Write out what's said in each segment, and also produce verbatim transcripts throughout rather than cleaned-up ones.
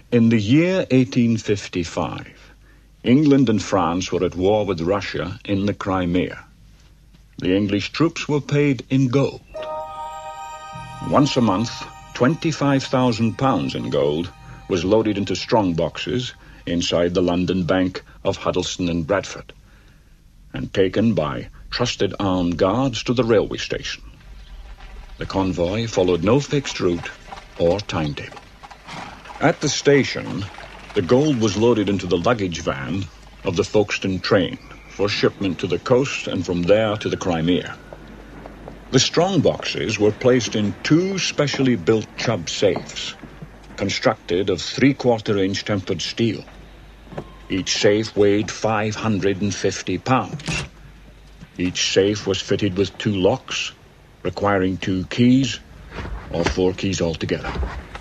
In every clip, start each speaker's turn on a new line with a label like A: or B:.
A: In the year eighteen fifty-five, England and France were at war with Russia in the Crimea. The English troops were paid in gold. Once a month, twenty-five thousand pounds in gold was loaded into strong boxes inside the London Bank of Huddleston and Bradford, and taken by trusted armed guards to the railway station. The convoy followed no fixed route or timetable. At the station, the gold was loaded into the luggage van of the Folkestone train for shipment to the coast and from there to the Crimea. The strong boxes were placed in two specially built Chubb safes, constructed of three-quarter inch tempered steel. Each safe weighed five hundred fifty pounds. Each safe was fitted with two locks, requiring two keys, or four keys altogether.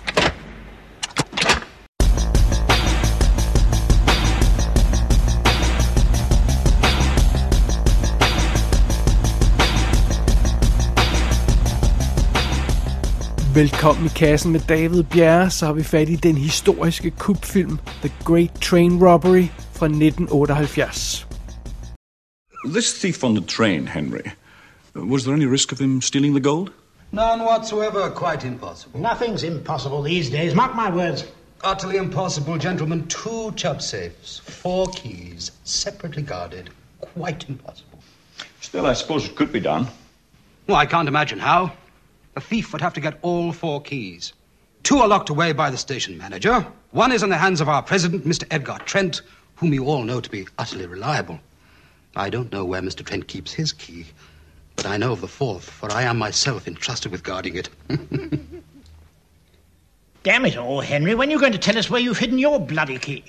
B: Velkommen i kassen med David Bjerre, så har vi fat i den historiske kupfilm The Great Train Robbery fra nitten otteoghalvfjerds.
A: This thief on the train, Henry, was there any risk of him stealing the gold?
C: None whatsoever, quite impossible.
D: Nothing's impossible these days, mark my words.
C: Utterly impossible, gentlemen. Two Chubb safes, four keys, separately guarded. Quite impossible.
A: Still, I suppose it could be done.
C: Well, I can't imagine how. A thief would have to get all four keys. Two are locked away by the station manager. One is in the hands of our president, Mister Edgar Trent, whom you all know to be utterly reliable. I don't know where Mister Trent keeps his key, but I know of the fourth, for I am myself entrusted with guarding it.
D: Damn it all, Henry, when are you going to tell us where you've hidden your bloody key?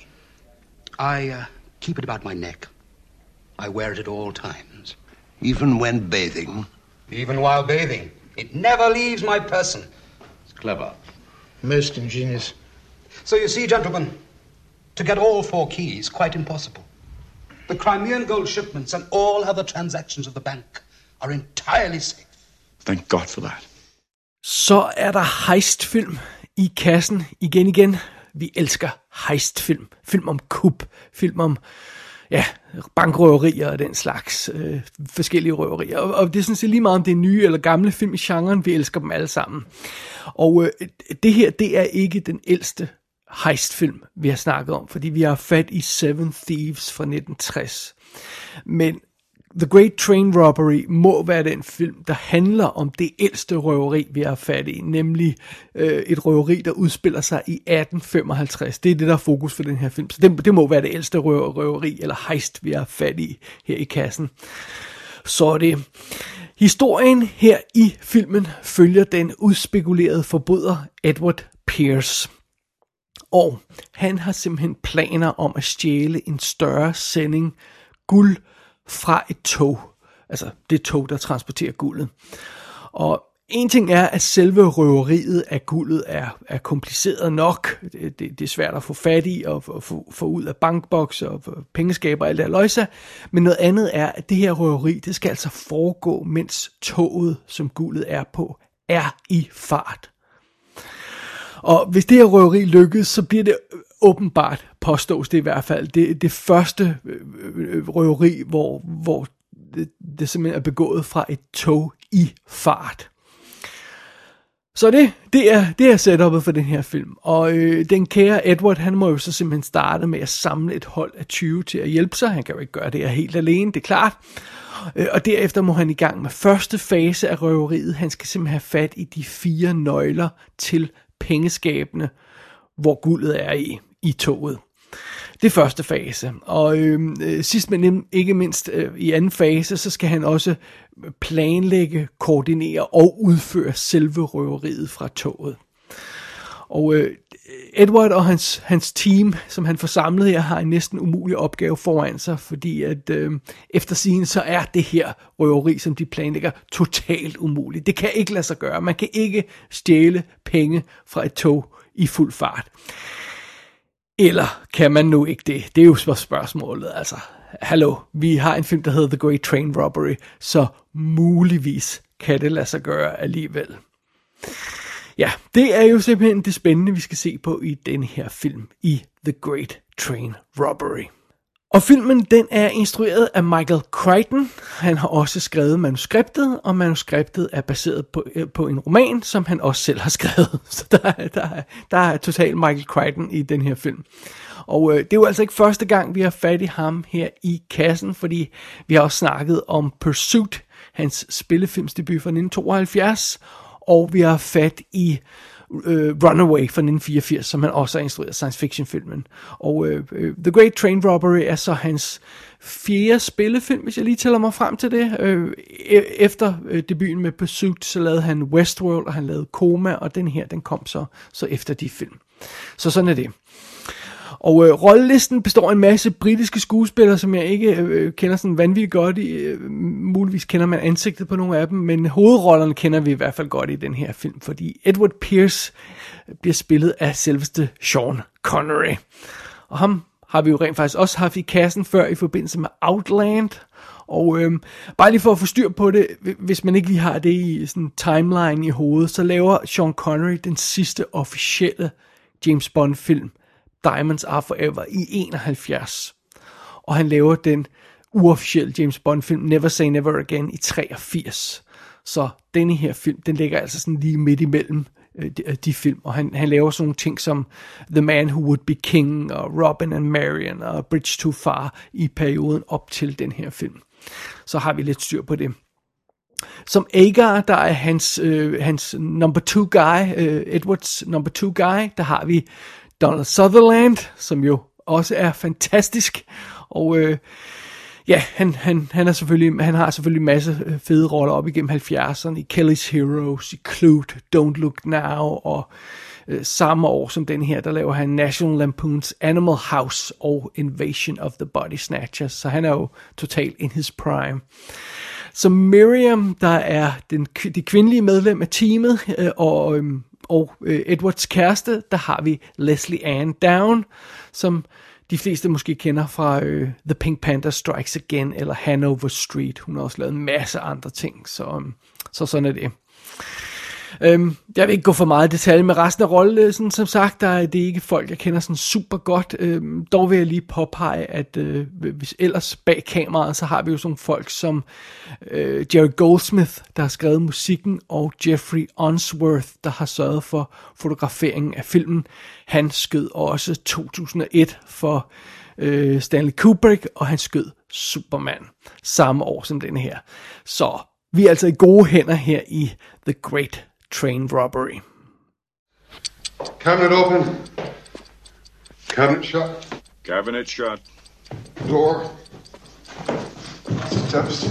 C: I uh, keep it about my neck. I wear it at all times.
E: Even when bathing?
C: Even while bathing. It never leaves my person.
E: It's clever.
D: Most ingenious.
C: So you see, gentlemen, to get all four keys, quite impossible. The Crimean gold shipments and all other transactions of the bank are entirely safe.
A: Thank God for that.
B: Så er der heistfilm i kassen igen igen. Vi elsker heistfilm. Film om kup. Film om, ja, bankrøverier og den slags øh, forskellige røverier. Og, og det er sådan set lige meget om det er nye eller gamle film i genren. Vi elsker dem alle sammen. Og øh, det her, det er ikke den ældste heistfilm, vi har snakket om, fordi vi har fat i Seven Thieves fra nitten tres. Men The Great Train Robbery må være den film, der handler om det ældste røveri, vi har fat i, nemlig øh, et røveri, der udspiller sig i atten femoghalvtreds. Det er det, der er fokus for den her film. Så det, det må være det ældste røv, røveri eller heist, vi har fat i her i kassen. Så det. Historien her i filmen følger den udspekulerede forbryder Edward Pierce. Og han har simpelthen planer om at stjæle en større sending guld fra et tog. Altså det tog, der transporterer guldet. Og en ting er, at selve røveriet af guldet er, er kompliceret nok. Det, det, det er svært at få fat i og få, få ud af bankbokser og pengeskaber og alt det her løjse. Men noget andet er, at det her røveri, det skal altså foregå, mens toget, som guldet er på, er i fart. Og hvis det her røveri lykkes, så bliver det åbenbart, påstås det i hvert fald, det, det første røveri, hvor, hvor det, det simpelthen er begået fra et tog i fart. Så det, det er, det er setupet for den her film. Og øh, den kære Edward, han må jo så simpelthen starte med at samle et hold af tyve til at hjælpe sig. Han kan jo ikke gøre det her helt alene, det er klart. Øh, og derefter må han i gang med første fase af røveriet. Han skal simpelthen have fat i de fire nøgler til pengeskabene, hvor guldet er i, i toget. Det er første fase. Og øh, sidst men ikke mindst øh, i anden fase, så skal han også planlægge, koordinere og udføre selve røveriet fra toget. Og øh, Edward og hans, hans team, som han får samlet her, har en næsten umulig opgave foran sig, fordi at øh, efter sigende, så er det her røveri, som de planlægger, totalt umuligt. Det kan ikke lade sig gøre. Man kan ikke stjæle penge fra et tog i fuld fart. Eller kan man nu ikke det? Det er jo spørgsmålet. Altså, hallo, vi har en film, der hedder The Great Train Robbery, så muligvis kan det lade sig gøre alligevel. Ja, det er jo simpelthen det spændende, vi skal se på i den her film, i The Great Train Robbery. Og filmen, den er instrueret af Michael Crichton. Han har også skrevet manuskriptet, og manuskriptet er baseret på, på en roman, som han også selv har skrevet. Så der, der, der er totalt Michael Crichton i den her film. Og øh, det er jo altså ikke første gang, vi har fat i ham her i kassen, fordi vi har også snakket om Pursuit, hans spillefilmsdebut fra nitten tooghalvfjerds, og vi har fat i øh, Runaway fra nitten fireogfirs, som han også har instrueret, science fiction filmen. Og øh, øh, The Great Train Robbery er så hans fjerde spillefilm, hvis jeg lige tæller mig frem til det. Øh, efter øh, debuten med Pursuit, så lavede han Westworld, og han lavede Coma, og den her, den kom så, så efter de film. Så sådan er det. Og øh, rollelisten består af en masse britiske skuespillere, som jeg ikke øh, kender sådan vanvittigt godt i. Øh, muligvis kender man ansigtet på nogle af dem, men hovedrollerne kender vi i hvert fald godt i den her film, fordi Edward Pierce bliver spillet af selveste Sean Connery. Og ham har vi jo rent faktisk også haft i kassen før i forbindelse med Outland. Og øh, bare lige for at få styr på det, hvis man ikke lige har det i sådan timeline i hovedet, så laver Sean Connery den sidste officielle James Bond film, Diamonds Are Forever, i enoghalvfjerds. Og han laver den uofficielle James Bond film Never Say Never Again i treogfirs. Så denne her film, den ligger altså sådan lige midt imellem øh, de, de film. Og han, han laver sådan nogle ting som The Man Who Would Be King og Robin and Marion og Bridge Too Far i perioden op til den her film. Så har vi lidt styr på det. Som Agar, der er hans, øh, hans number two guy, øh, Edwards number two guy, der har vi Donald Sutherland, som jo også er fantastisk, og øh, ja, han, han, han, er selvfølgelig, han har selvfølgelig en masse fede roller op igennem halvfjerdserne, i Kelly's Heroes, i Clute, Don't Look Now, og øh, samme år som den her, der laver han National Lampoon's Animal House og Invasion of the Body Snatchers, så han er jo totalt in his prime. Så Miriam, der er den, det kvindelige medlem af teamet, øh, og... Øh, Og øh, Edwards kæreste, der har vi Leslie Ann Down, som de fleste måske kender fra øh, The Pink Panther Strikes Again eller Hanover Street. Hun har også lavet en masse andre ting, så, um, så sådan er det. Øhm, jeg vil ikke gå for meget i detalje med resten af rollen. Som sagt, der er det ikke folk, jeg kender sådan super godt. Øhm, dog vil jeg lige påpege, at øh, hvis ellers bag kameraet, så har vi jo sådan folk som øh, Jerry Goldsmith, der har skrevet musikken, og Jeffrey Unsworth, der har sørget for fotograferingen af filmen. Han skød også to tusind og et for øh, Stanley Kubrick, og han skød Superman samme år som denne her. Så vi er altså i gode hænder her i The Great Train Robbery.
F: Cabinet open. Cabinet shut.
A: Cabinet shut.
F: Door. Steps.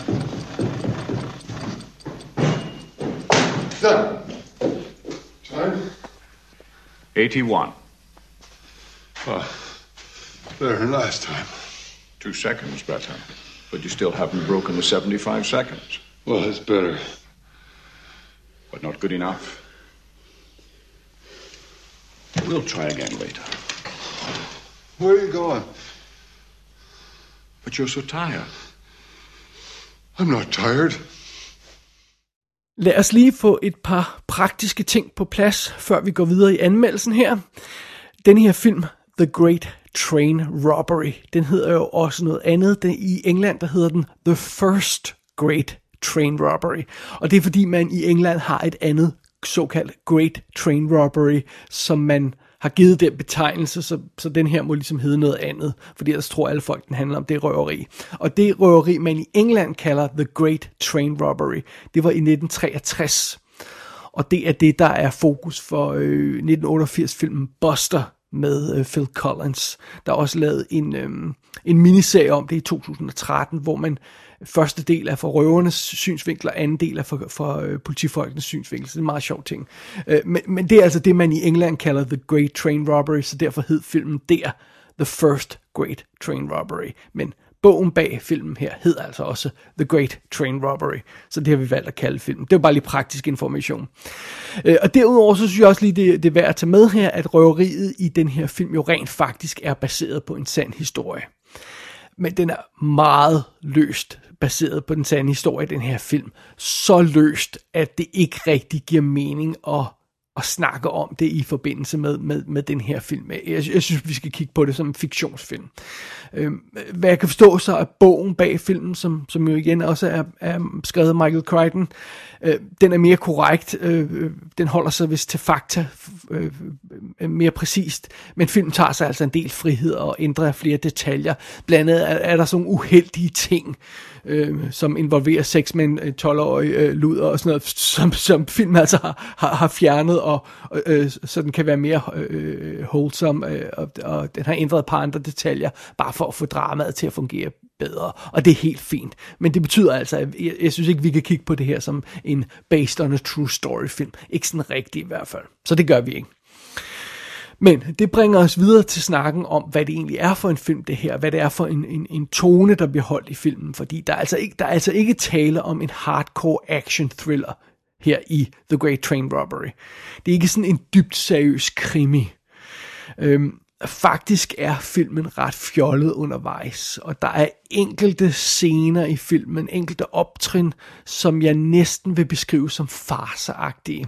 F: Done. Time?
A: eighty-one.
F: Oh, better than last time.
A: Two seconds better. But you still haven't broken the seventy-five seconds.
F: Well, that's better.
A: But not good enough. We'll try again later.
F: Where are you going?
A: But you're so tired.
F: I'm not tired.
B: Lad os lige få et par praktiske ting på plads, før vi går videre i anmeldelsen her. Den her film, The Great Train Robbery, den hedder jo også noget andet. Den, i England, der hedder den The First Great Train Robbery. Og det er fordi, man i England har et andet såkaldt Great Train Robbery, som man har givet den betegnelse, så, så den her må ligesom hedde noget andet, fordi ellers tror alle folk, den handler om det røveri. Og det røveri, man i England kalder The Great Train Robbery, det var i nitten treogtres. Og det er det, der er fokus for øh, nitten otteogfirs-filmen Buster med øh, Phil Collins. Der er også lavet en, øh, en miniserie om det i to tusind og tretten, hvor man første del er fra røvernes synsvinkel, og anden del er fra, fra øh, politifolkenes synsvinkel. Så det er en meget sjov ting. Øh, men, men det er altså det, man i England kalder The Great Train Robbery, så derfor hed filmen der The First Great Train Robbery. Men bogen bag filmen her hed altså også The Great Train Robbery, så det har vi valgt at kalde filmen. Det er bare lige praktisk information. Øh, og derudover så synes jeg også lige, det, det er værd at tage med her, at røveriet i den her film jo rent faktisk er baseret på en sand historie. Men den er meget løst baseret på den sande historie i den her film. Så løst, at det ikke rigtig giver mening at at snakke om det i forbindelse med, med, med den her film. Jeg, jeg synes, vi skal kigge på det som en fiktionsfilm. Øh, hvad jeg kan forstå, så er bogen bag filmen, som, som jo igen også er, er skrevet af Michael Crichton, øh, den er mere korrekt. Øh, den holder sig vist til fakta øh, mere præcist, men filmen tager sig altså en del frihed og ændrer flere detaljer. Blandt andet er, er der sådan nogle uheldige ting, øh, som involverer sex med en tolv-årig øh, luder og sådan noget, som, som filmen altså har, har, har fjernet, og øh, så den kan være mere øh, wholesome, øh, og, og den har ændret et par andre detaljer, bare for at få dramaet til at fungere bedre, og det er helt fint. Men det betyder altså, at jeg, jeg synes ikke, vi kan kigge på det her som en based on a true story film. Ikke sådan rigtig i hvert fald. Så det gør vi ikke. Men det bringer os videre til snakken om, hvad det egentlig er for en film, det her. Hvad det er for en, en, en tone, der bliver holdt i filmen. Fordi der er, altså ikke, der er altså ikke tale om en hardcore action thriller her i The Great Train Robbery. Det er ikke sådan en dybt seriøs krimi. Øhm, faktisk er filmen ret fjollet undervejs. Og der er enkelte scener i filmen, enkelte optrin, som jeg næsten vil beskrive som farseagtige.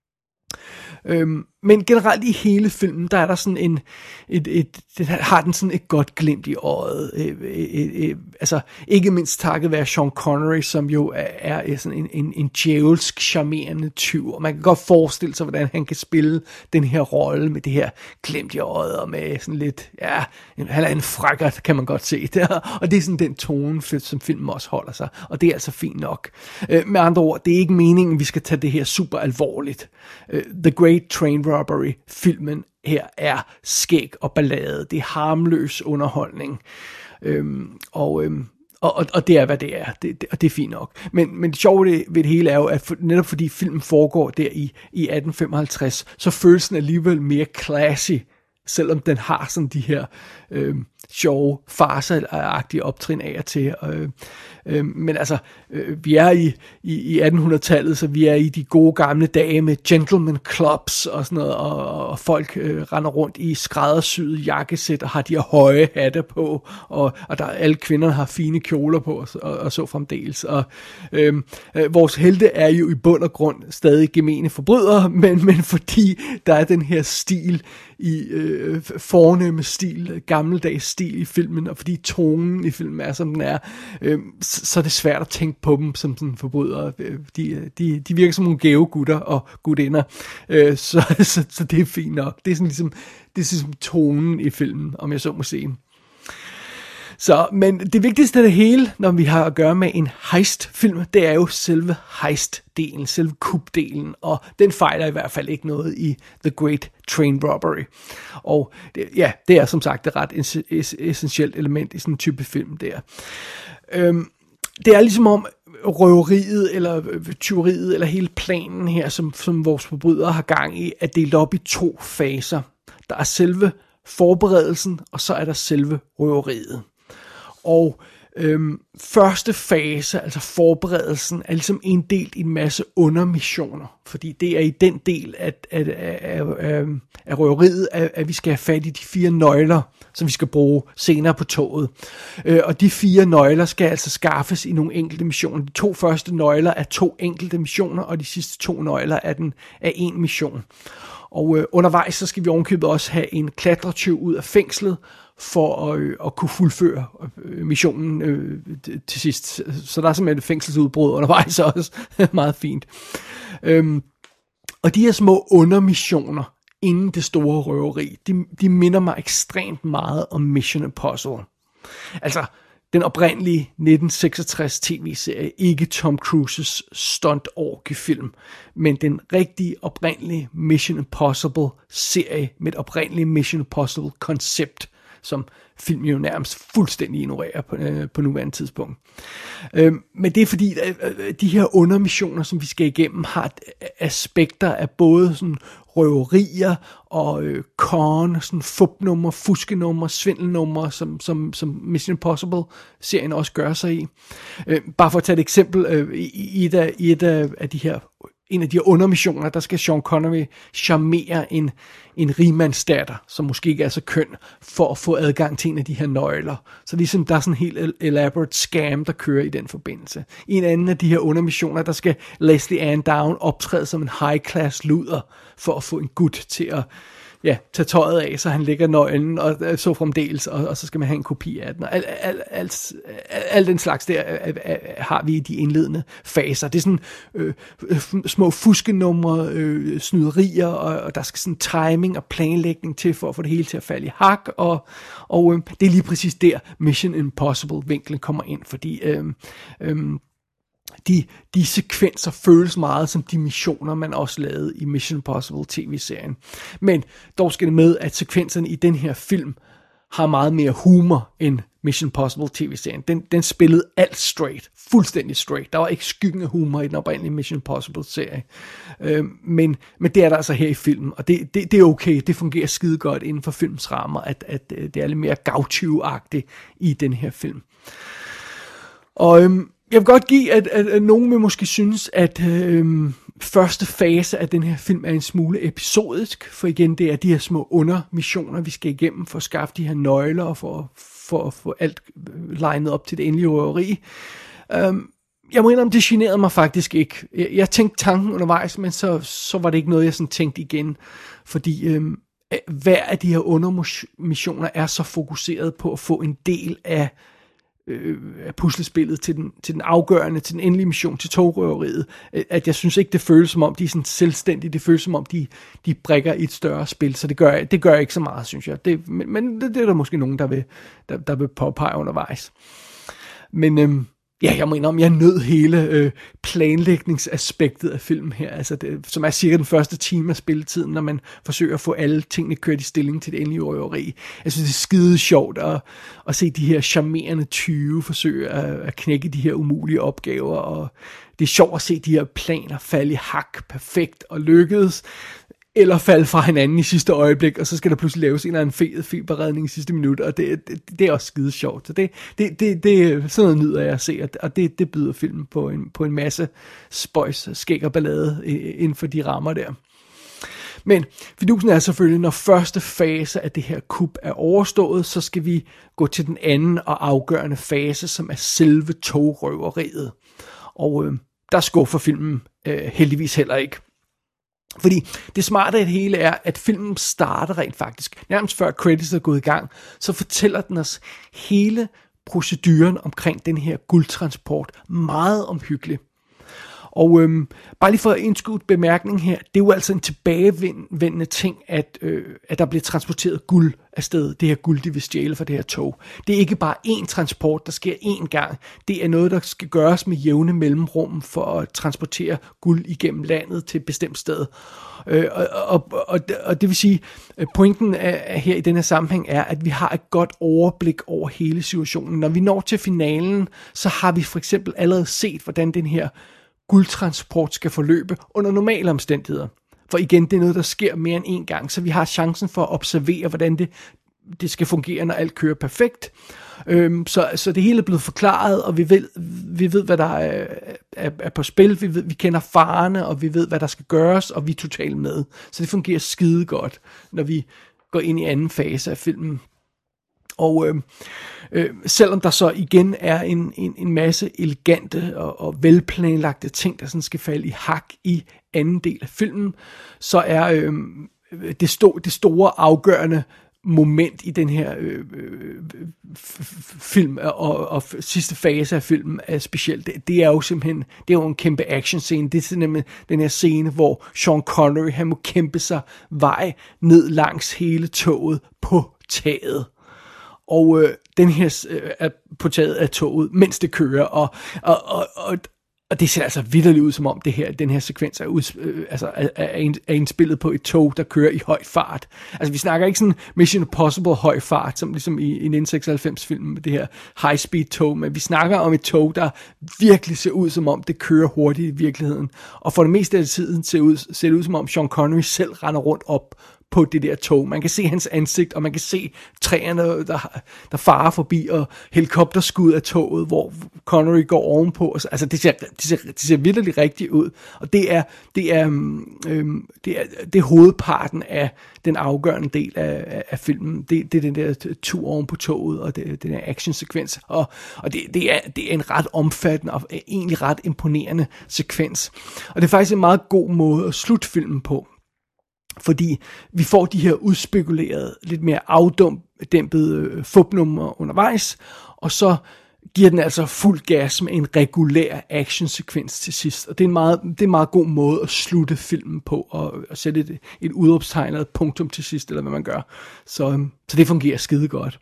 B: Øhm, men generelt i hele filmen, der er der sådan en, et, et, det har den sådan et godt glimt i øjet. Et, et, et, altså ikke mindst takket være Sean Connery, som jo er, er sådan en, en, en djævelsk, charmerende tyv. Og man kan godt forestille sig, hvordan han kan spille den her rolle med det her glimt i øjet, og med sådan lidt, ja, en, han er en frækkert, kan man godt se det. Og det er sådan den tone, som filmen også holder sig. Og det er altså fint nok. Øh, med andre ord, det er ikke meningen, vi skal tage det her super alvorligt. Øh, The Great Train Robbery, filmen her er skæg og ballade. Det er harmløs underholdning. Øhm, og, øhm, og, og det er, hvad det er. Det, det, og det er fint nok. Men, men det sjove ved det hele er jo, at for, netop fordi filmen foregår der i, i atten femoghalvtreds, så føles den alligevel mere classy, selvom den har sådan de her øh, sjove, farseagtige optrin af og til. Øh, øh, men altså, øh, vi er i, i, i attenhundredetallet, så vi er i de gode gamle dage med gentleman clubs og sådan noget, og, og folk øh, render rundt i skræddersyede jakkesæt og har de her høje hatte på, og, og der alle kvinderne har fine kjoler på, og, og, og så fremdeles. Og øh, øh, vores helte er jo i bund og grund stadig gemene forbrydere, men, men fordi der er den her stil i øh, fornemme stil, gammeldags stil i filmen, og fordi tonen i filmen er, som den er, øh, så, så er det svært at tænke på dem som sådan forbrydere. De, de, de virker som nogle gave gutter og gutinder, øh, så, så, så det er fint nok. Det er sådan ligesom, det er ligesom tonen i filmen, om jeg så må sige. Så, men det vigtigste af det hele, når vi har at gøre med en heist-film, det er jo selve heist-delen, selve kup-delen, og den fejler i hvert fald ikke noget i The Great Train Robbery. Og det, ja, det er som sagt et ret es- essentielt element i sådan en type film der. Øhm, det er ligesom om røveriet, eller tyveriet, eller hele planen her, som, som vores forbrydere har gang i, er delt op i to faser. Der er selve forberedelsen, og så er der selve røveriet. Og øhm, første fase, altså forberedelsen, er ligesom en del i en masse undermissioner, fordi det er i den del af, af, af, af, af røveriet, at, at vi skal have fat i de fire nøgler, som vi skal bruge senere på toget. Øh, og de fire nøgler skal altså skaffes i nogle enkelte missioner. De to første nøgler er to enkelte missioner, og de sidste to nøgler er, den, er en mission. Og øh, undervejs så skal vi ovenkøbet også have en klatretyv ud af fængslet, for at, øh, at kunne fuldføre øh, missionen øh, til sidst. Så der er simpelthen et fængselsudbrud undervejs også. Meget fint. Øhm, og de her små undermissioner inden det store røveri, de, de minder mig ekstremt meget om Mission Impossible. Altså, den oprindelige nitten seksogtres tv-serie, ikke Tom Cruises stunt-orgie-film, men den rigtige oprindelige Mission Impossible-serie med et oprindeligt Mission Impossible-koncept, som film jo nærmest fuldstændig ignorerer på, øh, på nuværende tidspunkt. Øh, men det er fordi, at øh, de her undermissioner, som vi skal igennem, har aspekter af både sådan røverier og øh, con, sådan fupnummer, fuskenummer, svindelnummer, som, som, som Mission Impossible-serien også gør sig i. Øh, bare for at tage et eksempel, øh, i, i, et af, i et af de her en af de her undermissioner, der skal Sean Connery charmere en, en rigmandsdatter, som måske ikke er så køn, for at få adgang til en af de her nøgler. Så ligesom der er sådan en helt elaborate scam, der kører i den forbindelse. I en anden af de her undermissioner, der skal Leslie Ann Down optræde som en high-class luder, for at få en gut til at ja, tage tøjet af, så han lægger nøglen, og så fremdeles, og, og så skal man have en kopi af den. Og al, al, al, al, al den slags der er, er, har vi i de indledende faser. Det er sådan øh, små fuskenumre, øh, snyderier, og, og der skal sådan timing og planlægning til, for at få det hele til at falde i hak, og, og øh, det er lige præcis der Mission Impossible-vinklen kommer ind, fordi øh, øh, De, de sekvenser føles meget som de missioner, man også lavede i Mission Impossible tv-serien. Men dog skal det med, at sekvenserne i den her film har meget mere humor end Mission Impossible tv-serien. Den, den spillede alt straight, fuldstændig straight. Der var ikke skyggen af humor i den oprindelige Mission Impossible-serie. Øh, men, men det er der altså her i filmen, og det, det, det er okay. Det fungerer skide godt inden for filmens rammer, at, at det er lidt mere gaucho-agtigt i den her film. Og øhm, jeg vil godt give, at, at, at nogen vil måske synes, at øhm, første fase af den her film er en smule episodisk, for igen, det er de her små undermissioner, vi skal igennem for at skaffe de her nøgler og for, for at få alt legnet op til det endelige røveri. Øhm, jeg må indrømme, det generede mig faktisk ikke. Jeg, jeg tænkte tanken undervejs, men så, så var det ikke noget, jeg sådan tænkte igen, fordi øhm, hver af de her undermissioner er så fokuseret på at få en del af af puslespillet til den, til den afgørende, til den endelige mission, til togrøveriet, at jeg synes ikke, det føles som om, de er sådan selvstændige, det føles som om, de, de brækker i et større spil, så det gør, det gør ikke så meget, synes jeg. Det, men men det, det er der måske nogen, der vil, der, der vil påpege undervejs. Men øhm, ja, jeg mener, om jeg nød hele øh, planlægningsaspektet af filmen her, altså det, som er cirka den første time af spilletiden, når man forsøger at få alle tingene kørt i stilling til det endelige røveri. Jeg synes, det er skide sjovt at, at se de her charmerende tyve forsøge at, at knække de her umulige opgaver, og det er sjovt at se de her planer falde i hak perfekt og lykkedes, eller falde fra hinanden i sidste øjeblik, og så skal der pludselig laves en eller anden fed feberredning i sidste minut, og det, det, det er også skide sjovt. Så det, det, det, det sådan noget nyder jeg at se, og det, det byder filmen på en, på en masse spøjs, skæg og ballade inden for de rammer der. Men fidusen er selvfølgelig, når første fase af det her kup er overstået, så skal vi gå til den anden og afgørende fase, som er selve togrøveriet. Og øh, der skuffer filmen øh, heldigvis heller ikke. Fordi det smarte af det hele er, at filmen starter rent faktisk, nærmest før credits er gået i gang, så fortæller den os hele proceduren omkring den her guldtransport meget omhyggeligt. Og øhm, bare lige for at indskyde bemærkning her, det er jo altså en tilbagevendende ting, at, øh, at der bliver transporteret guld afsted, det her guld, de vil stjæle fra det her tog. Det er ikke bare én transport, der sker én gang. Det er noget, der skal gøres med jævne mellemrum for at transportere guld igennem landet til et bestemt sted. Øh, og, og, og, og det vil sige, pointen af, her i denne sammenhæng er, at vi har et godt overblik over hele situationen. Når vi når til finalen, så har vi for eksempel allerede set, hvordan den her guldtransport skal forløbe under normale omstændigheder. For igen, det er noget, der sker mere end en gang, så vi har chancen for at observere, hvordan det, det skal fungere, når alt kører perfekt. Øhm, så, så det hele er blevet forklaret, og vi ved, vi ved hvad der er, er, er på spil, vi, ved, vi kender farerne, og vi ved, hvad der skal gøres, og vi er totalt med. Så det fungerer skide godt, når vi går ind i anden fase af filmen. Og øh, øh, selvom der så igen er en, en, en masse elegante og, og velplanlagte ting, der sådan skal falde i hak i anden del af filmen, så er øh, det, sto, det store afgørende moment i den her øh, øh, film og, og sidste fase af filmen er specielt. Det, det er jo simpelthen, det er jo en kæmpe action scene. Det er simpelthen den her scene, hvor Sean Connery, han må kæmpe sig vej ned langs hele toget på taget. Og øh, den her øh, er på taget af toget, mens det kører, og, og, og, og, og det ser altså vitterligt ud, som om det her, den her sekvens er, ud, øh, altså er, er, er indspillet på et tog, der kører i høj fart. Altså vi snakker ikke sådan Mission Impossible høj fart, som ligesom i, i nitten seksoghalvfems-filmen med det her high-speed tog, men vi snakker om et tog, der virkelig ser ud, som om det kører hurtigt i virkeligheden. Og for det meste af tiden ser, ud, ser det ud, som om Sean Connery selv render rundt op på det der tog. Man kan se hans ansigt, og man kan se træerne, der, der farer forbi, og helikopterskud af toget, hvor Connery går ovenpå. Altså, det ser, det ser, det ser virkelig rigtigt ud. Og det er, det er, øhm, det er, det er hovedparten af den afgørende del af, af filmen. Det, det er den der tur oven på toget, og det, den der actionsekvens. Og, og det, det, er, det er en ret omfattende, og egentlig ret imponerende sekvens. Og det er faktisk en meget god måde at slutte filmen på. Fordi vi får de her udspekulerede, lidt mere afdæmpede øh, fupnummer undervejs, og så giver den altså fuld gas med en regulær actionsekvens til sidst. Og det er en meget, det er en meget god måde at slutte filmen på, og, og sætte et, et udråbstegn eller et punktum til sidst, eller hvad man gør. Så, øh, så det fungerer skide godt.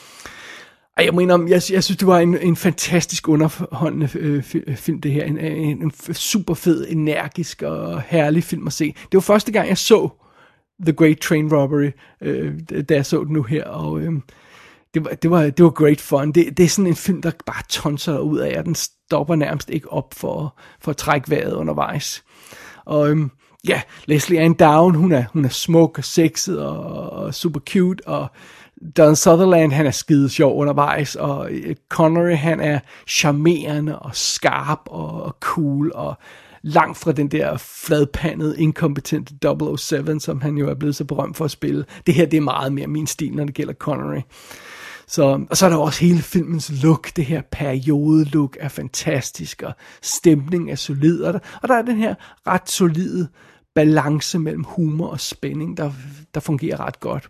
B: Og jeg mener, jeg, jeg synes, det var en, en fantastisk underholdende øh, film, det her. En, en, en super fed, energisk og herlig film at se. Det var første gang, jeg så The Great Train Robbery, øh, da jeg så den nu her, og øh, det, var, det, var, det var great fun. Det, det er sådan en film, der bare tonser ud af, og den stopper nærmest ikke op for, for at trække vejret undervejs. Og øh, ja, Leslie Ann Down, hun er, hun er smuk og sexet og, og super cute, og Don Sutherland, han er skide sjov undervejs, og Connery, han er charmerende og skarp og, og cool, og langt fra den der fladpandede, inkompetente double oh seven, som han jo er blevet så berømt for at spille. Det her, det er meget mere min stil, når det gælder Connery. Så, og så er der også hele filmens look, det her periode-look er fantastisk, og stemningen er solid, og der, og der er den her ret solide balance mellem humor og spænding, der, der fungerer ret godt.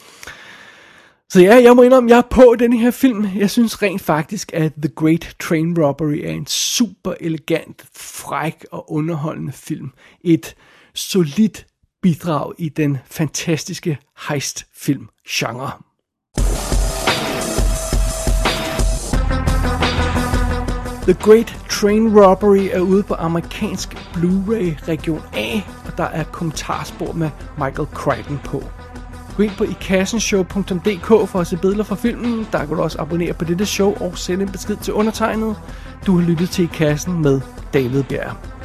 B: Så ja, jeg må indrømme, jeg er på den her film. Jeg synes rent faktisk, at The Great Train Robbery er en super elegant, fræk og underholdende film. Et solidt bidrag i den fantastiske heist-film-genre. The Great Train Robbery er ude på amerikansk Blu-ray region A, og der er kommentarspor med Michael Crichton på. Gå ind på i kassen show punktum d k for at se billeder fra filmen. Der kan du også abonnere på dette show og sende en besked til undertegnet. Du har lyttet til I Kassen med David Bjerg.